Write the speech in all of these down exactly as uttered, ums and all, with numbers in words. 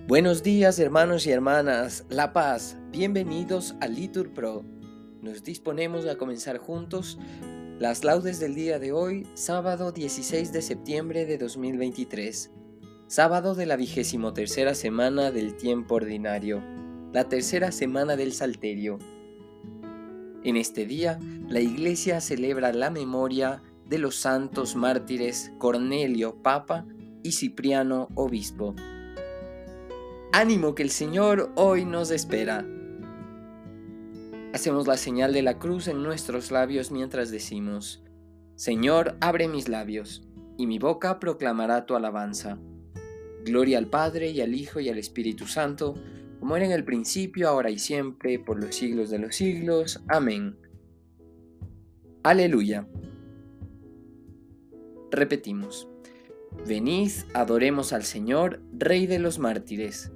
Buenos días, hermanos y hermanas, La Paz, bienvenidos a Litur Pro. Nos disponemos a comenzar juntos las laudes del día de hoy, sábado dieciséis de septiembre de dos mil veintitrés, sábado de la vigésimo tercera semana del tiempo ordinario, la tercera semana del Salterio. En este día, la Iglesia celebra la memoria de los santos mártires Cornelio, Papa, y Cipriano, Obispo. ¡Ánimo, que el Señor hoy nos espera! Hacemos la señal de la cruz en nuestros labios mientras decimos: Señor, abre mis labios, y mi boca proclamará tu alabanza. Gloria al Padre, y al Hijo, y al Espíritu Santo, como era en el principio, ahora y siempre, por los siglos de los siglos. Amén. Aleluya. Repetimos: Venid, adoremos al Señor, Rey de los mártires.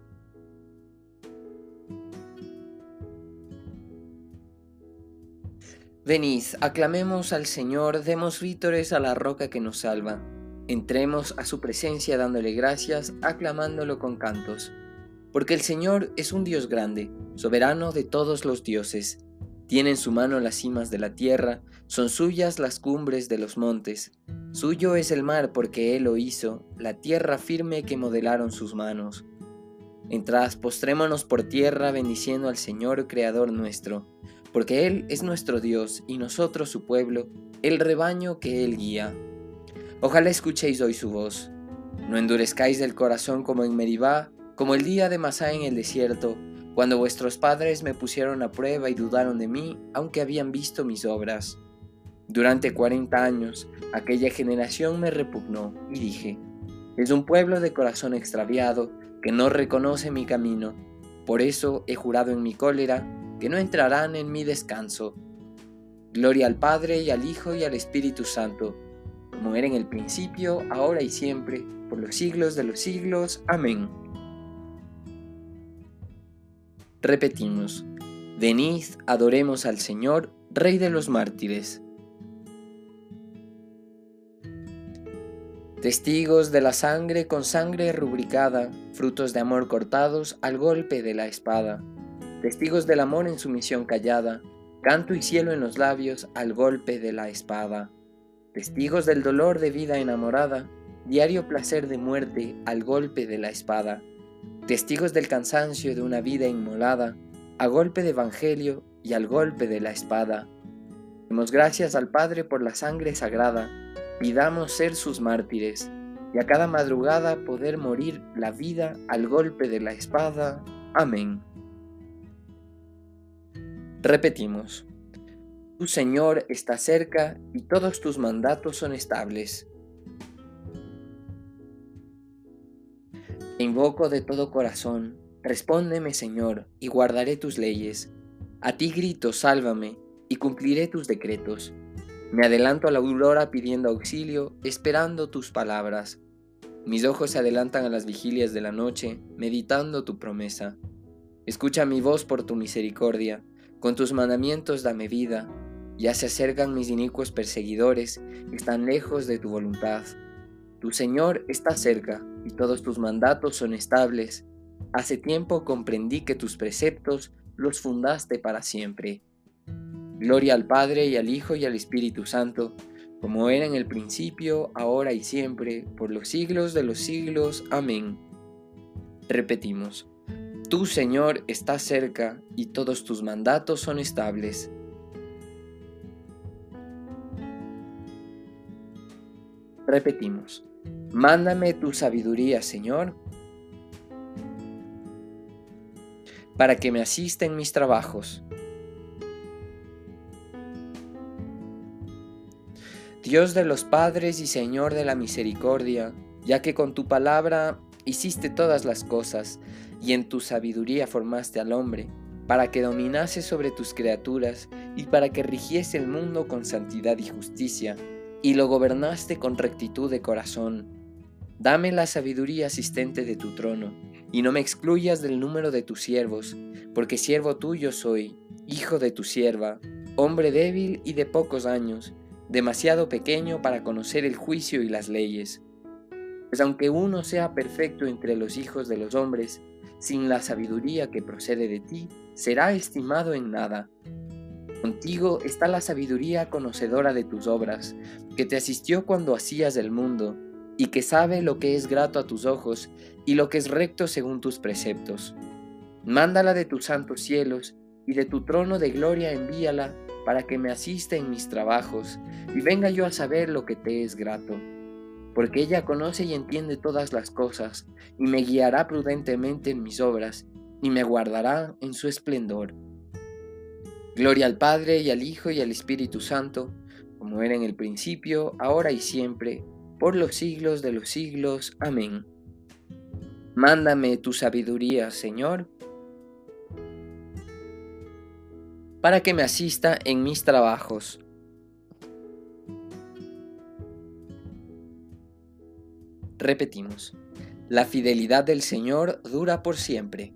Venid, aclamemos al Señor, demos vítores a la roca que nos salva. Entremos a su presencia dándole gracias, aclamándolo con cantos. Porque el Señor es un Dios grande, soberano de todos los dioses. Tiene en su mano las cimas de la tierra, son suyas las cumbres de los montes. Suyo es el mar porque Él lo hizo, la tierra firme que modelaron sus manos. Entrad, postrémonos por tierra, bendiciendo al Señor, Creador nuestro, porque Él es nuestro Dios y nosotros su pueblo, el rebaño que Él guía. Ojalá escuchéis hoy su voz. No endurezcáis el corazón como en Meribá, como el día de Masá en el desierto, cuando vuestros padres me pusieron a prueba y dudaron de mí, aunque habían visto mis obras. Durante cuarenta años, aquella generación me repugnó, y dije: es un pueblo de corazón extraviado, que no reconoce mi camino. Por eso he jurado en mi cólera, que no entrarán en mi descanso. Gloria al Padre, y al Hijo, y al Espíritu Santo, como era en el principio, ahora y siempre, por los siglos de los siglos. Amén. Repetimos: Venid, adoremos al Señor, Rey de los mártires. Testigos de la sangre con sangre rubricada, frutos de amor cortados al golpe de la espada. Testigos del amor en sumisión callada, canto y cielo en los labios al golpe de la espada. Testigos del dolor de vida enamorada, diario placer de muerte al golpe de la espada. Testigos del cansancio de una vida inmolada, a golpe de evangelio y al golpe de la espada. Demos gracias al Padre por la sangre sagrada, pidamos ser sus mártires, y a cada madrugada poder morir la vida al golpe de la espada. Amén. Repetimos: Tu Señor está cerca, y todos tus mandatos son estables. Te invoco de todo corazón, respóndeme, Señor, y guardaré tus leyes. A ti grito, sálvame, y cumpliré tus decretos. Me adelanto a la aurora pidiendo auxilio, esperando tus palabras. Mis ojos se adelantan a las vigilias de la noche, meditando tu promesa. Escucha mi voz por tu misericordia, con tus mandamientos dame vida. Ya se acercan mis inicuos perseguidores, están lejos de tu voluntad. Tu Señor está cerca, y todos tus mandatos son estables. Hace tiempo comprendí que tus preceptos los fundaste para siempre. Gloria al Padre, y al Hijo, y al Espíritu Santo, como era en el principio, ahora y siempre, por los siglos de los siglos. Amén. Repetimos: Tu Señor está cerca, y todos tus mandatos son estables. Repetimos: Mándame tu sabiduría, Señor, para que me asista en mis trabajos. Dios de los padres y Señor de la misericordia, ya que con tu palabra hiciste todas las cosas, y en tu sabiduría formaste al hombre, para que dominase sobre tus criaturas, y para que rigiese el mundo con santidad y justicia, y lo gobernaste con rectitud de corazón. Dame la sabiduría asistente de tu trono, y no me excluyas del número de tus siervos, porque siervo tuyo soy, hijo de tu sierva, hombre débil y de pocos años, demasiado pequeño para conocer el juicio y las leyes. Pues aunque uno sea perfecto entre los hijos de los hombres, sin la sabiduría que procede de ti, será estimado en nada. Contigo está la sabiduría conocedora de tus obras, que te asistió cuando hacías el mundo, y que sabe lo que es grato a tus ojos y lo que es recto según tus preceptos. Mándala de tus santos cielos, y de tu trono de gloria envíala, para que me asista en mis trabajos, y venga yo a saber lo que te es grato. Porque ella conoce y entiende todas las cosas, y me guiará prudentemente en mis obras, y me guardará en su esplendor. Gloria al Padre, y al Hijo, y al Espíritu Santo, como era en el principio, ahora y siempre, por los siglos de los siglos. Amén. Mándame tu sabiduría, Señor, para que me asista en mis trabajos. Repetimos, la fidelidad del Señor dura por siempre.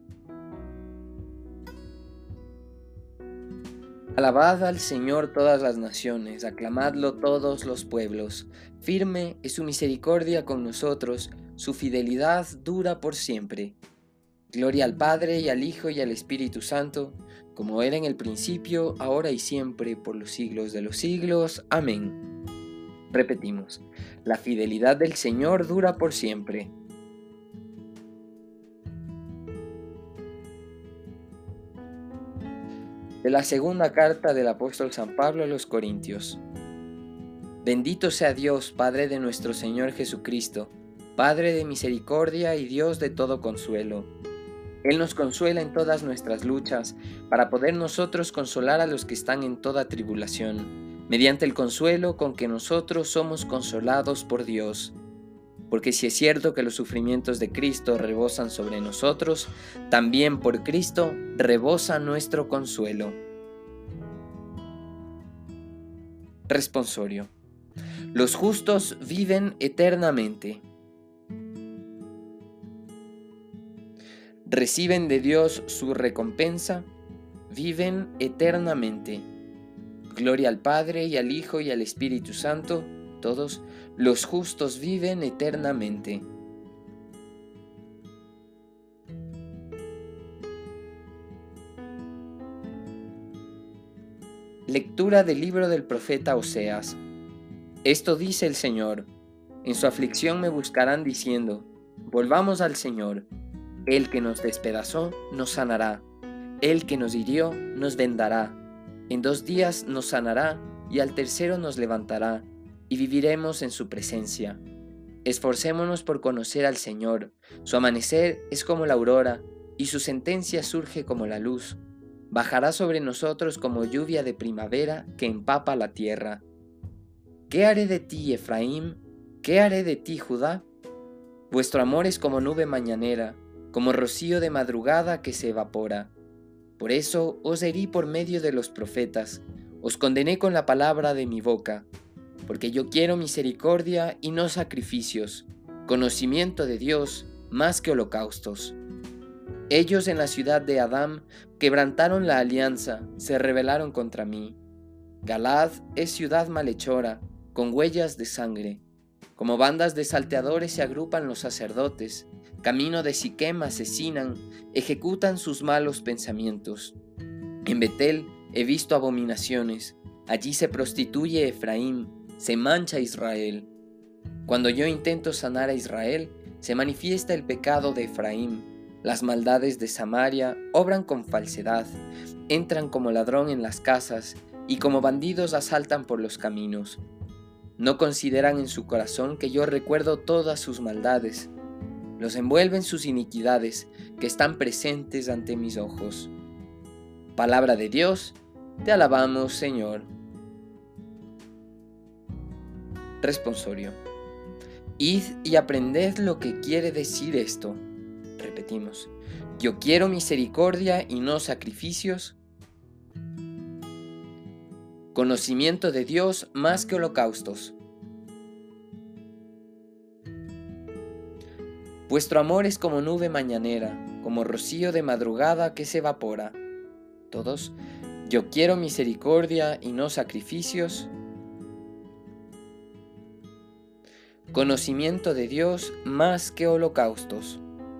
Alabad al Señor todas las naciones, aclamadlo todos los pueblos. Firme es su misericordia con nosotros, su fidelidad dura por siempre. Gloria al Padre, y al Hijo, y al Espíritu Santo, como era en el principio, ahora y siempre, por los siglos de los siglos. Amén. Repetimos, la fidelidad del Señor dura por siempre. De la segunda carta del apóstol San Pablo a los Corintios. Bendito sea Dios, Padre de nuestro Señor Jesucristo, Padre de misericordia y Dios de todo consuelo. Él nos consuela en todas nuestras luchas, para poder nosotros consolar a los que están en toda tribulación, mediante el consuelo con que nosotros somos consolados por Dios. Porque si es cierto que los sufrimientos de Cristo rebosan sobre nosotros, también por Cristo rebosa nuestro consuelo. Responsorio. Los justos viven eternamente. Reciben de Dios su recompensa, viven eternamente. Gloria al Padre, y al Hijo, y al Espíritu Santo, todos los justos viven eternamente. Lectura del libro del profeta Oseas. Esto dice el Señor: en su aflicción me buscarán diciendo, volvamos al Señor. El que nos despedazó nos sanará, el que nos hirió nos vendará. En dos días nos sanará, y al tercero nos levantará, y viviremos en su presencia. Esforcémonos por conocer al Señor. Su amanecer es como la aurora, y su sentencia surge como la luz. Bajará sobre nosotros como lluvia de primavera que empapa la tierra. ¿Qué haré de ti, Efraín? ¿Qué haré de ti, Judá? Vuestro amor es como nube mañanera, como rocío de madrugada que se evapora. Por eso os herí por medio de los profetas, os condené con la palabra de mi boca, porque yo quiero misericordia y no sacrificios, conocimiento de Dios más que holocaustos. Ellos en la ciudad de Adám quebrantaron la alianza, se rebelaron contra mí. Galaad es ciudad malhechora, con huellas de sangre. Como bandas de salteadores se agrupan los sacerdotes, camino de Siquem asesinan, ejecutan sus malos pensamientos. En Betel he visto abominaciones, allí se prostituye Efraín, se mancha Israel. Cuando yo intento sanar a Israel, se manifiesta el pecado de Efraín. Las maldades de Samaria obran con falsedad, entran como ladrón en las casas y como bandidos asaltan por los caminos. No consideran en su corazón que yo recuerdo todas sus maldades. Los envuelven sus iniquidades, que están presentes ante mis ojos. Palabra de Dios, te alabamos, Señor. Responsorio. Id y aprended lo que quiere decir esto. Repetimos. Yo quiero misericordia y no sacrificios. Conocimiento de Dios más que holocaustos. Vuestro amor es como nube mañanera, como rocío de madrugada que se evapora. Todos, yo quiero misericordia y no sacrificios. conocimiento de Dios más que holocaustos.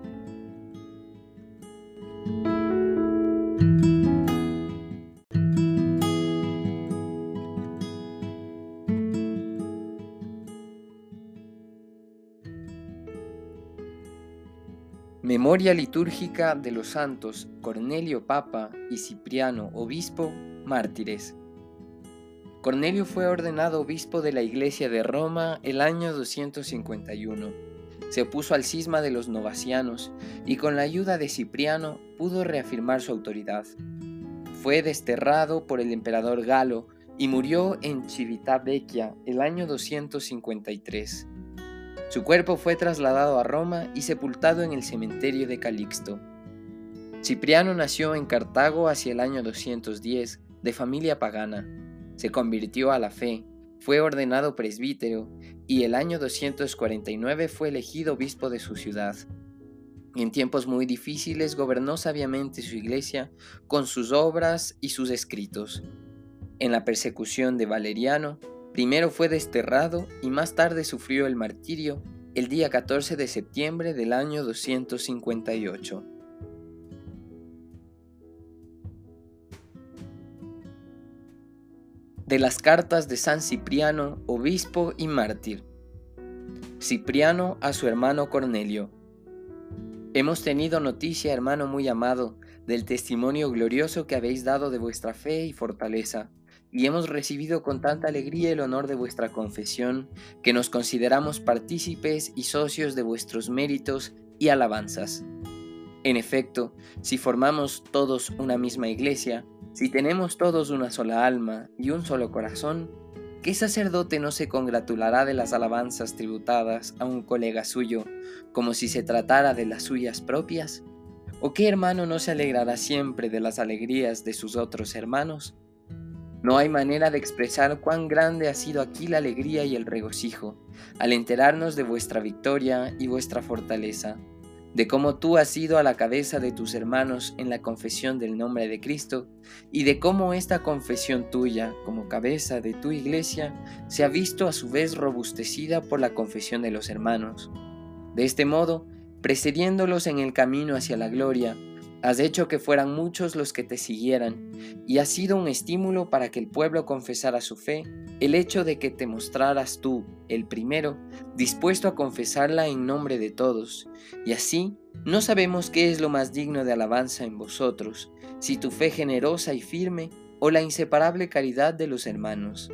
Memoria litúrgica de los santos Cornelio Papa y Cipriano Obispo, mártires. Cornelio fue ordenado obispo de la Iglesia de Roma el año doscientos cincuenta y uno. Se opuso al cisma de los novacianos y con la ayuda de Cipriano pudo reafirmar su autoridad. Fue desterrado por el emperador Galo y murió en Civitavecchia el año doscientos cincuenta y tres. Su cuerpo fue trasladado a Roma y sepultado en el cementerio de Calixto. Cipriano nació en Cartago hacia el año doscientos diez, de familia pagana. Se convirtió a la fe, fue ordenado presbítero y el año doscientos cuarenta y nueve fue elegido obispo de su ciudad. En tiempos muy difíciles gobernó sabiamente su iglesia con sus obras y sus escritos. En la persecución de Valeriano, primero fue desterrado y más tarde sufrió el martirio el día catorce de septiembre del año doscientos cincuenta y ocho. De las cartas de San Cipriano, obispo y mártir. Cipriano a su hermano Cornelio. Hemos tenido noticia, hermano muy amado, del testimonio glorioso que habéis dado de vuestra fe y fortaleza, y hemos recibido con tanta alegría el honor de vuestra confesión, que nos consideramos partícipes y socios de vuestros méritos y alabanzas. En efecto, si formamos todos una misma iglesia, si tenemos todos una sola alma y un solo corazón, ¿qué sacerdote no se congratulará de las alabanzas tributadas a un colega suyo, como si se tratara de las suyas propias? ¿O qué hermano no se alegrará siempre de las alegrías de sus otros hermanos? No hay manera de expresar cuán grande ha sido aquí la alegría y el regocijo, al enterarnos de vuestra victoria y vuestra fortaleza, de cómo tú has ido a la cabeza de tus hermanos en la confesión del nombre de Cristo, y de cómo esta confesión tuya, como cabeza de tu iglesia, se ha visto a su vez robustecida por la confesión de los hermanos. De este modo, precediéndolos en el camino hacia la gloria, has hecho que fueran muchos los que te siguieran, y ha sido un estímulo para que el pueblo confesara su fe, el hecho de que te mostraras tú, el primero, dispuesto a confesarla en nombre de todos, y así no sabemos qué es lo más digno de alabanza en vosotros, si tu fe generosa y firme o la inseparable caridad de los hermanos.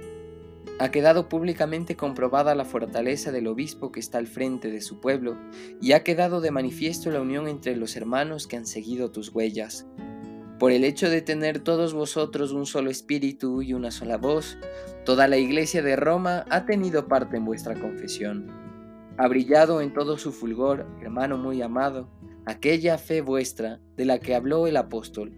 Ha quedado públicamente comprobada la fortaleza del obispo que está al frente de su pueblo, y ha quedado de manifiesto la unión entre los hermanos que han seguido tus huellas. Por el hecho de tener todos vosotros un solo espíritu y una sola voz, toda la Iglesia de Roma ha tenido parte en vuestra confesión. Ha brillado en todo su fulgor, hermano muy amado, aquella fe vuestra de la que habló el apóstol.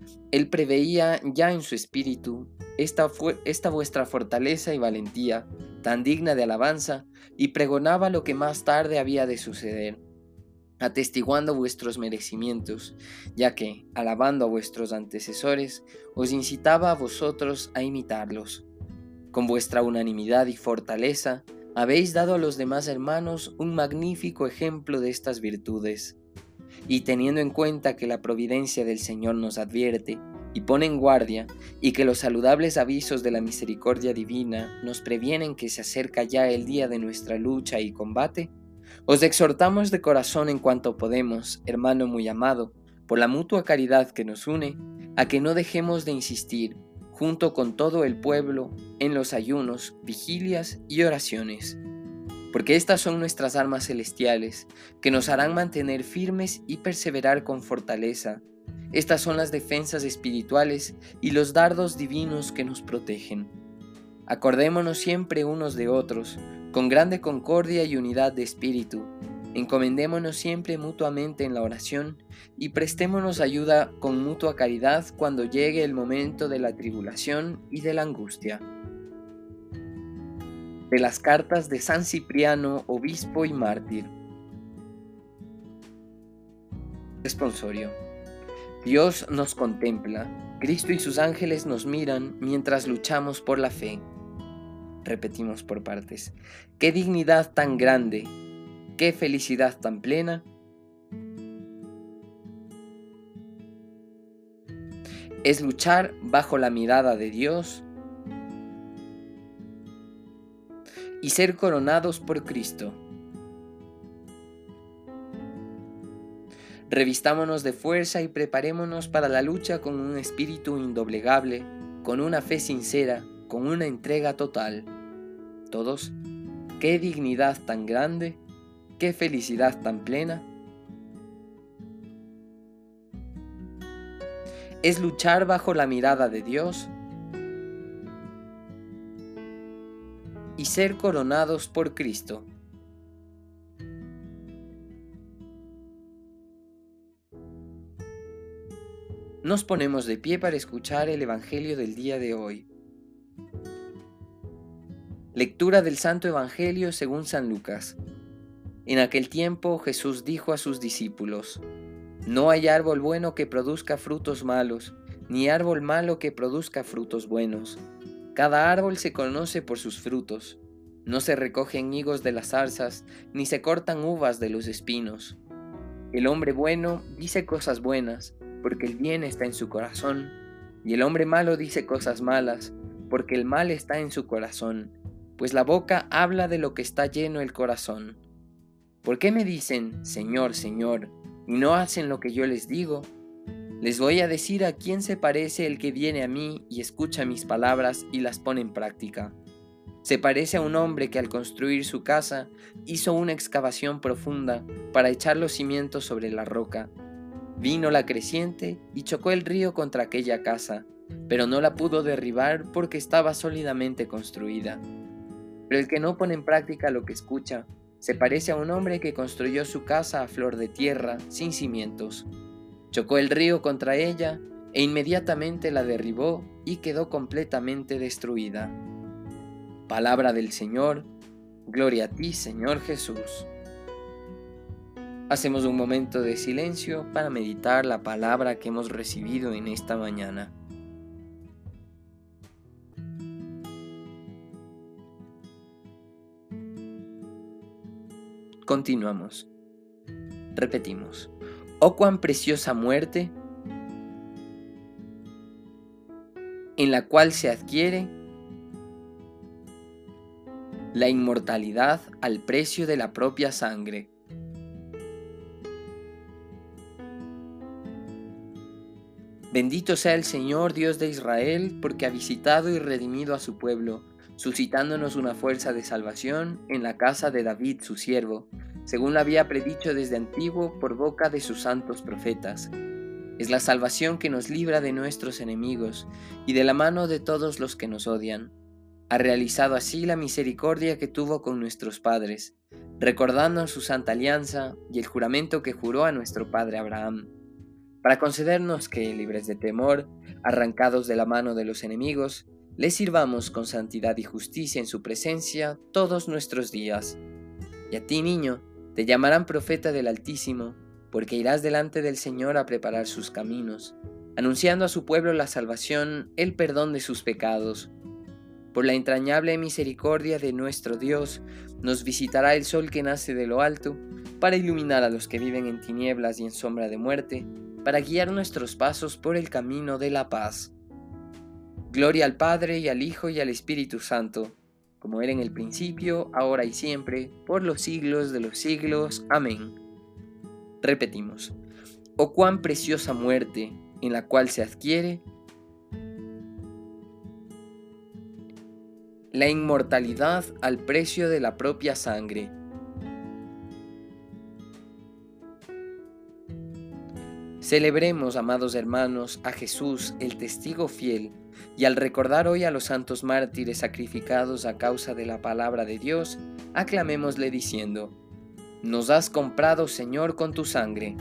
Él preveía ya en su espíritu esta, fue, esta vuestra fortaleza y valentía, tan digna de alabanza, y pregonaba lo que más tarde había de suceder, atestiguando vuestros merecimientos, ya que, alabando a vuestros antecesores, os incitaba a vosotros a imitarlos. Con vuestra unanimidad y fortaleza, habéis dado a los demás hermanos un magnífico ejemplo de estas virtudes. Y teniendo en cuenta que la providencia del Señor nos advierte y pone en guardia, y que los saludables avisos de la misericordia divina nos previenen que se acerca ya el día de nuestra lucha y combate, os exhortamos de corazón en cuanto podemos, hermano muy amado, por la mutua caridad que nos une, a que no dejemos de insistir, junto con todo el pueblo, en los ayunos, vigilias y oraciones. Porque estas son nuestras armas celestiales, que nos harán mantener firmes y perseverar con fortaleza. Estas son las defensas espirituales y los dardos divinos que nos protegen. Acordémonos siempre unos de otros, con grande concordia y unidad de espíritu. Encomendémonos siempre mutuamente en la oración y prestémonos ayuda con mutua caridad cuando llegue el momento de la tribulación y de la angustia. De las cartas de San Cipriano, obispo y mártir. Responsorio. Dios nos contempla, Cristo y sus ángeles nos miran mientras luchamos por la fe. Repetimos por partes. ¡Qué dignidad tan grande! ¡Qué felicidad tan plena! Es luchar bajo la mirada de Dios y ser coronados por Cristo. Revistámonos de fuerza y preparémonos para la lucha con un espíritu indoblegable, con una fe sincera, con una entrega total. Todos, qué dignidad tan grande, qué felicidad tan plena. Es luchar bajo la mirada de Dios y ser coronados por Cristo. Nos ponemos de pie para escuchar el Evangelio del día de hoy. Lectura del Santo Evangelio según San Lucas. En aquel tiempo Jesús dijo a sus discípulos: No hay árbol bueno que produzca frutos malos, ni árbol malo que produzca frutos buenos. Cada árbol se conoce por sus frutos. No se recogen higos de las zarzas, ni se cortan uvas de los espinos. El hombre bueno dice cosas buenas, porque el bien está en su corazón, y el hombre malo dice cosas malas, porque el mal está en su corazón, pues la boca habla de lo que está lleno el corazón. ¿Por qué me dicen, Señor, Señor, y no hacen lo que yo les digo? Les voy a decir a quién se parece el que viene a mí y escucha mis palabras y las pone en práctica. Se parece a un hombre que al construir su casa hizo una excavación profunda para echar los cimientos sobre la roca. Vino la creciente y chocó el río contra aquella casa, pero no la pudo derribar porque estaba sólidamente construida. Pero el que no pone en práctica lo que escucha, se parece a un hombre que construyó su casa a flor de tierra, sin cimientos. Chocó el río contra ella e inmediatamente la derribó y quedó completamente destruida. Palabra del Señor, gloria a ti, Señor Jesús. Hacemos un momento de silencio para meditar la palabra que hemos recibido en esta mañana. Continuamos. Repetimos. Oh, cuán preciosa muerte, en la cual se adquiere la inmortalidad al precio de la propia sangre. Bendito sea el Señor Dios de Israel, porque ha visitado y redimido a su pueblo, suscitándonos una fuerza de salvación en la casa de David su siervo, según lo había predicho desde antiguo por boca de sus santos profetas. Es la salvación que nos libra de nuestros enemigos y de la mano de todos los que nos odian. Ha realizado así la misericordia que tuvo con nuestros padres, recordando su santa alianza y el juramento que juró a nuestro padre Abraham, para concedernos que, libres de temor, arrancados de la mano de los enemigos, le sirvamos con santidad y justicia en su presencia todos nuestros días. Y a ti, niño, te llamarán profeta del Altísimo, porque irás delante del Señor a preparar sus caminos, anunciando a su pueblo la salvación, el perdón de sus pecados. Por la entrañable misericordia de nuestro Dios, nos visitará el sol que nace de lo alto, para iluminar a los que viven en tinieblas y en sombra de muerte, para guiar nuestros pasos por el camino de la paz. Gloria al Padre, y al Hijo, y al Espíritu Santo, como era en el principio, ahora y siempre, por los siglos de los siglos. Amén. Repetimos. Oh, cuán preciosa muerte, en la cual se adquiere la inmortalidad al precio de la propia sangre. Celebremos, amados hermanos, a Jesús, el testigo fiel, y al recordar hoy a los santos mártires sacrificados a causa de la palabra de Dios, aclamémosle diciendo: Nos has comprado, Señor, con tu sangre.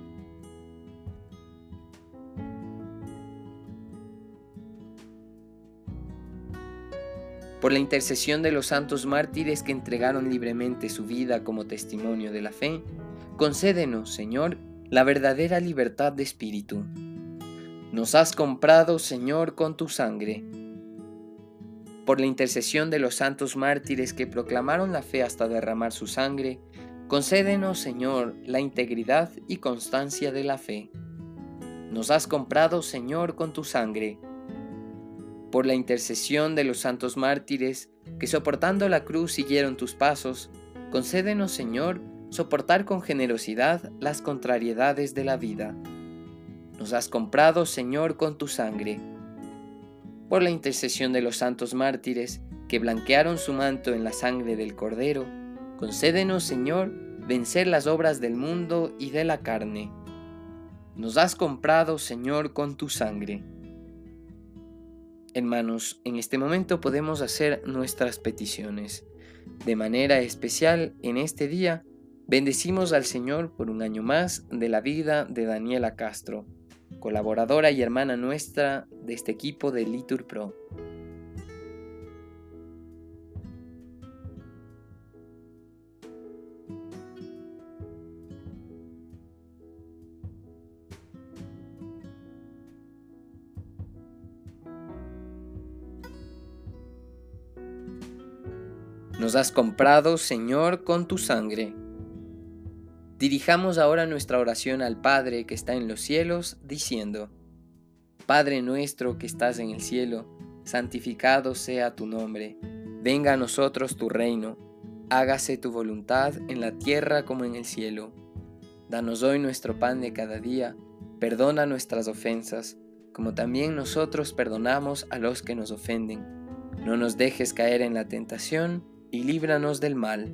Por la intercesión de los santos mártires que entregaron libremente su vida como testimonio de la fe, concédenos, Señor, la verdadera libertad de espíritu. Nos has comprado, Señor, con tu sangre. Por la intercesión de los santos mártires que proclamaron la fe hasta derramar su sangre, concédenos, Señor, la integridad y constancia de la fe. Nos has comprado, Señor, con tu sangre. Por la intercesión de los santos mártires que soportando la cruz siguieron tus pasos, concédenos, Señor, soportar con generosidad las contrariedades de la vida. Nos has comprado, Señor, con tu sangre. Por la intercesión de los santos mártires que blanquearon su manto en la sangre del Cordero, concédenos, Señor, vencer las obras del mundo y de la carne. Nos has comprado, Señor, con tu sangre. Hermanos, en este momento podemos hacer nuestras peticiones. De manera especial, en este día, bendecimos al Señor por un año más de la vida de Daniela Castro, colaboradora y hermana nuestra de este equipo de Litur Pro. Nos has comprado, Señor, con tu sangre. Dirijamos ahora nuestra oración al Padre que está en los cielos, diciendo: Padre nuestro que estás en el cielo, santificado sea tu nombre. Venga a nosotros tu reino. Hágase tu voluntad en la tierra como en el cielo. Danos hoy nuestro pan de cada día. Perdona nuestras ofensas, como también nosotros perdonamos a los que nos ofenden. No nos dejes caer en la tentación y líbranos del mal.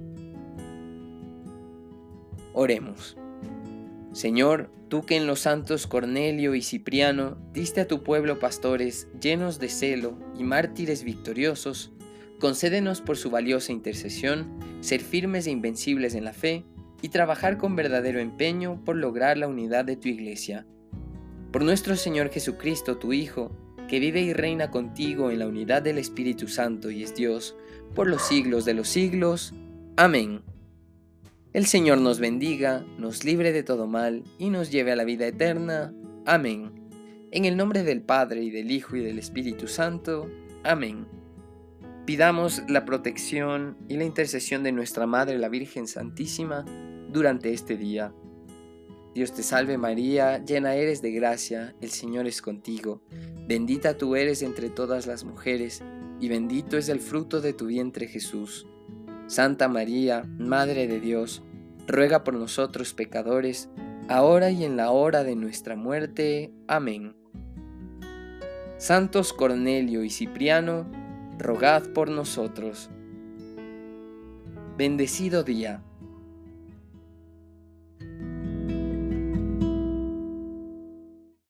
Oremos. Señor, tú que en los santos Cornelio y Cipriano diste a tu pueblo pastores llenos de celo y mártires victoriosos, concédenos por su valiosa intercesión ser firmes e invencibles en la fe y trabajar con verdadero empeño por lograr la unidad de tu Iglesia. Por nuestro Señor Jesucristo, tu Hijo, que vive y reina contigo en la unidad del Espíritu Santo y es Dios, por los siglos de los siglos. Amén. El Señor nos bendiga, nos libre de todo mal y nos lleve a la vida eterna. Amén. En el nombre del Padre, y del Hijo, y del Espíritu Santo. Amén. Pidamos la protección y la intercesión de nuestra Madre, la Virgen Santísima, durante este día. Dios te salve María, llena eres de gracia, el Señor es contigo. Bendita tú eres entre todas las mujeres, y bendito es el fruto de tu vientre Jesús. Santa María, Madre de Dios, ruega por nosotros pecadores, ahora y en la hora de nuestra muerte. Amén. Santos Cornelio y Cipriano, rogad por nosotros. Bendecido día.